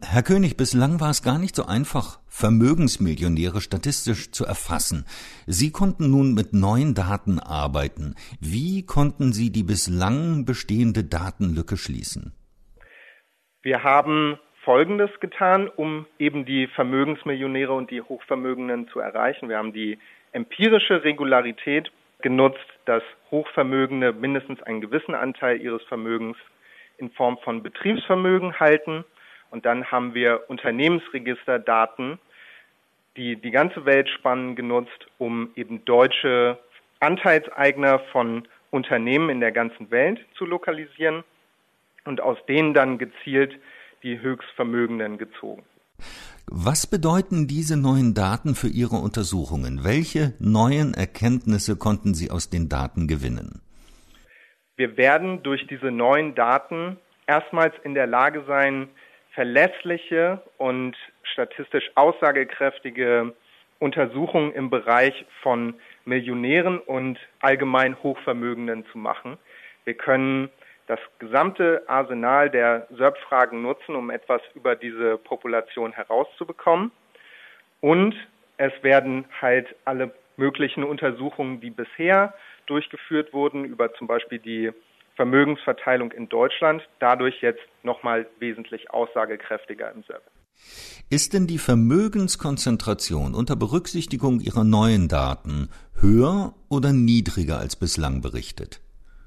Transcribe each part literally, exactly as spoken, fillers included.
Herr König, bislang war es gar nicht so einfach, Vermögensmillionäre statistisch zu erfassen. Sie konnten nun mit neuen Daten arbeiten. Wie konnten Sie die bislang bestehende Datenlücke schließen? Wir haben Folgendes getan, um eben die Vermögensmillionäre und die Hochvermögenden zu erreichen. Wir haben die empirische Regularität genutzt, dass Hochvermögende mindestens einen gewissen Anteil ihres Vermögens in Form von Betriebsvermögen halten. Und dann haben wir Unternehmensregisterdaten, die die ganze Welt spannen, genutzt, um eben deutsche Anteilseigner von Unternehmen in der ganzen Welt zu lokalisieren und aus denen dann gezielt die Höchstvermögenden gezogen. Was bedeuten diese neuen Daten für Ihre Untersuchungen? Welche neuen Erkenntnisse konnten Sie aus den Daten gewinnen? Wir werden durch diese neuen Daten erstmals in der Lage sein, verlässliche und statistisch aussagekräftige Untersuchungen im Bereich von Millionären und allgemein Hochvermögenden zu machen. Wir können das gesamte Arsenal der S E R P-Fragen nutzen, um etwas über diese Population herauszubekommen. Und es werden halt alle möglichen Untersuchungen, die bisher durchgeführt wurden, über zum Beispiel die Vermögensverteilung in Deutschland, dadurch jetzt nochmal wesentlich aussagekräftiger im S E R P. Ist denn die Vermögenskonzentration unter Berücksichtigung Ihrer neuen Daten höher oder niedriger als bislang berichtet?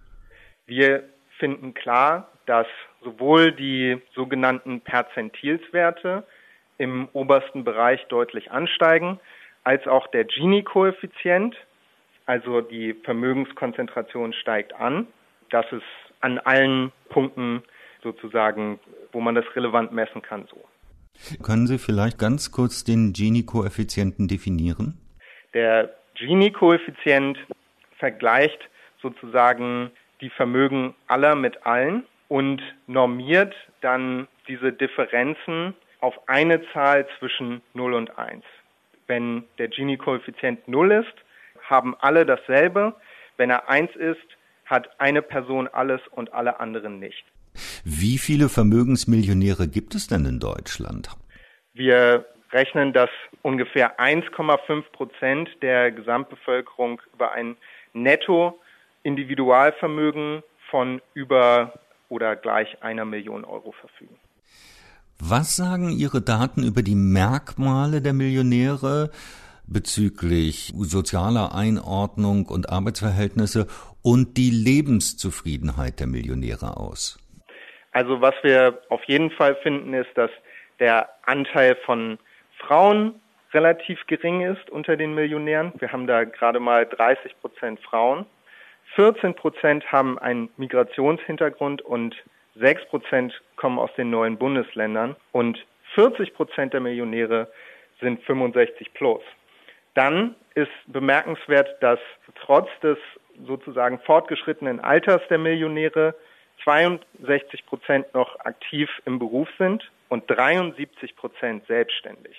Wir finden klar, dass sowohl die sogenannten Perzentilswerte im obersten Bereich deutlich ansteigen, als auch der Gini-Koeffizient, also die Vermögenskonzentration steigt an. Das ist an allen Punkten sozusagen, wo man das relevant messen kann, so. Können Sie vielleicht ganz kurz den Gini-Koeffizienten definieren? Der Gini-Koeffizient vergleicht sozusagen die Vermögen aller mit allen und normiert dann diese Differenzen auf eine Zahl zwischen null und eins. Wenn der Gini-Koeffizient null ist, haben alle dasselbe. Wenn er eins ist, hat eine Person alles und alle anderen nicht. Wie viele Vermögensmillionäre gibt es denn in Deutschland? Wir rechnen, dass ungefähr eins Komma fünf Prozent der Gesamtbevölkerung über ein Netto-Individualvermögen von über oder gleich einer Million Euro verfügen. Was sagen Ihre Daten über die Merkmale der Millionäre bezüglich sozialer Einordnung und Arbeitsverhältnisse und die Lebenszufriedenheit der Millionäre aus? Also was wir auf jeden Fall finden, ist, dass der Anteil von Frauen relativ gering ist unter den Millionären. Wir haben da gerade mal dreißig Prozent Frauen. vierzehn Prozent haben einen Migrationshintergrund und sechs Prozent kommen aus den neuen Bundesländern. Und vierzig Prozent der Millionäre sind fünfundsechzig plus. Dann ist bemerkenswert, dass trotz des sozusagen fortgeschrittenen Alters der Millionäre zweiundsechzig Prozent noch aktiv im Beruf sind und dreiundsiebzig Prozent selbstständig.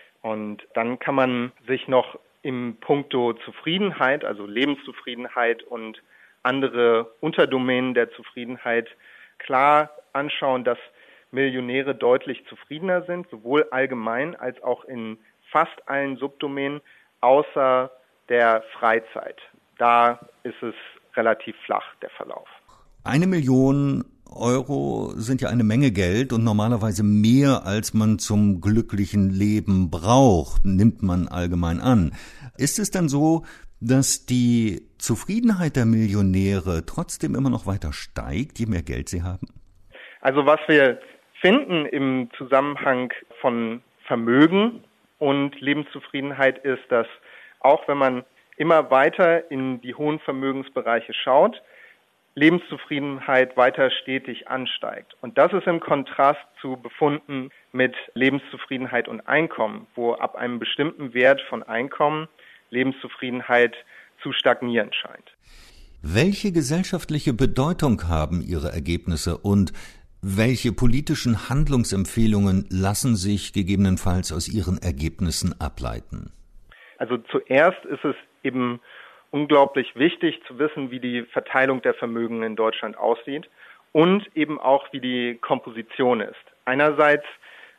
Und dann kann man sich noch im Punkto Zufriedenheit, also Lebenszufriedenheit und andere Unterdomänen der Zufriedenheit klar anschauen, dass Millionäre deutlich zufriedener sind, sowohl allgemein als auch in fast allen Subdomänen, außer der Freizeit. Da ist es relativ flach, der Verlauf. Eine Million Euro sind ja eine Menge Geld und normalerweise mehr, als man zum glücklichen Leben braucht, nimmt man allgemein an. Ist es dann so, dass die Zufriedenheit der Millionäre trotzdem immer noch weiter steigt, je mehr Geld sie haben? Also was wir finden im Zusammenhang von Vermögen und Lebenszufriedenheit ist, dass auch wenn man immer weiter in die hohen Vermögensbereiche schaut, Lebenszufriedenheit weiter stetig ansteigt. Und das ist im Kontrast zu Befunden mit Lebenszufriedenheit und Einkommen, wo ab einem bestimmten Wert von Einkommen Lebenszufriedenheit zu stagnieren scheint. Welche gesellschaftliche Bedeutung haben Ihre Ergebnisse und welche politischen Handlungsempfehlungen lassen sich gegebenenfalls aus Ihren Ergebnissen ableiten? Also zuerst ist es eben unglaublich wichtig zu wissen, wie die Verteilung der Vermögen in Deutschland aussieht und eben auch, wie die Komposition ist. Einerseits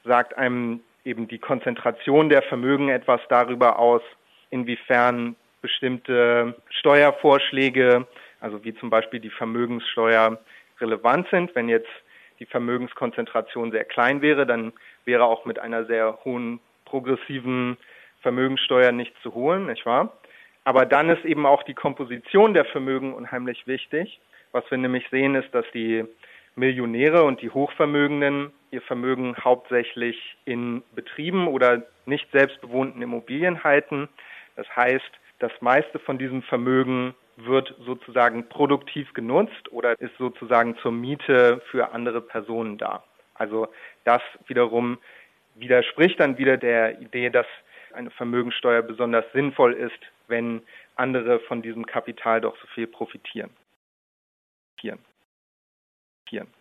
sagt einem eben die Konzentration der Vermögen etwas darüber aus, inwiefern bestimmte Steuervorschläge, also wie zum Beispiel die Vermögenssteuer, relevant sind. Wenn jetzt die Vermögenskonzentration sehr klein wäre, dann wäre auch mit einer sehr hohen progressiven Vermögenssteuer nichts zu holen, nicht wahr? Aber dann ist eben auch die Komposition der Vermögen unheimlich wichtig. Was wir nämlich sehen, ist, dass die Millionäre und die Hochvermögenden ihr Vermögen hauptsächlich in Betrieben oder nicht selbstbewohnten Immobilien halten. Das heißt, das meiste von diesem Vermögen wird sozusagen produktiv genutzt oder ist sozusagen zur Miete für andere Personen da. Also das wiederum widerspricht dann wieder der Idee, dass eine Vermögensteuer besonders sinnvoll ist, wenn andere von diesem Kapital doch so viel profitieren. Hier. Hier.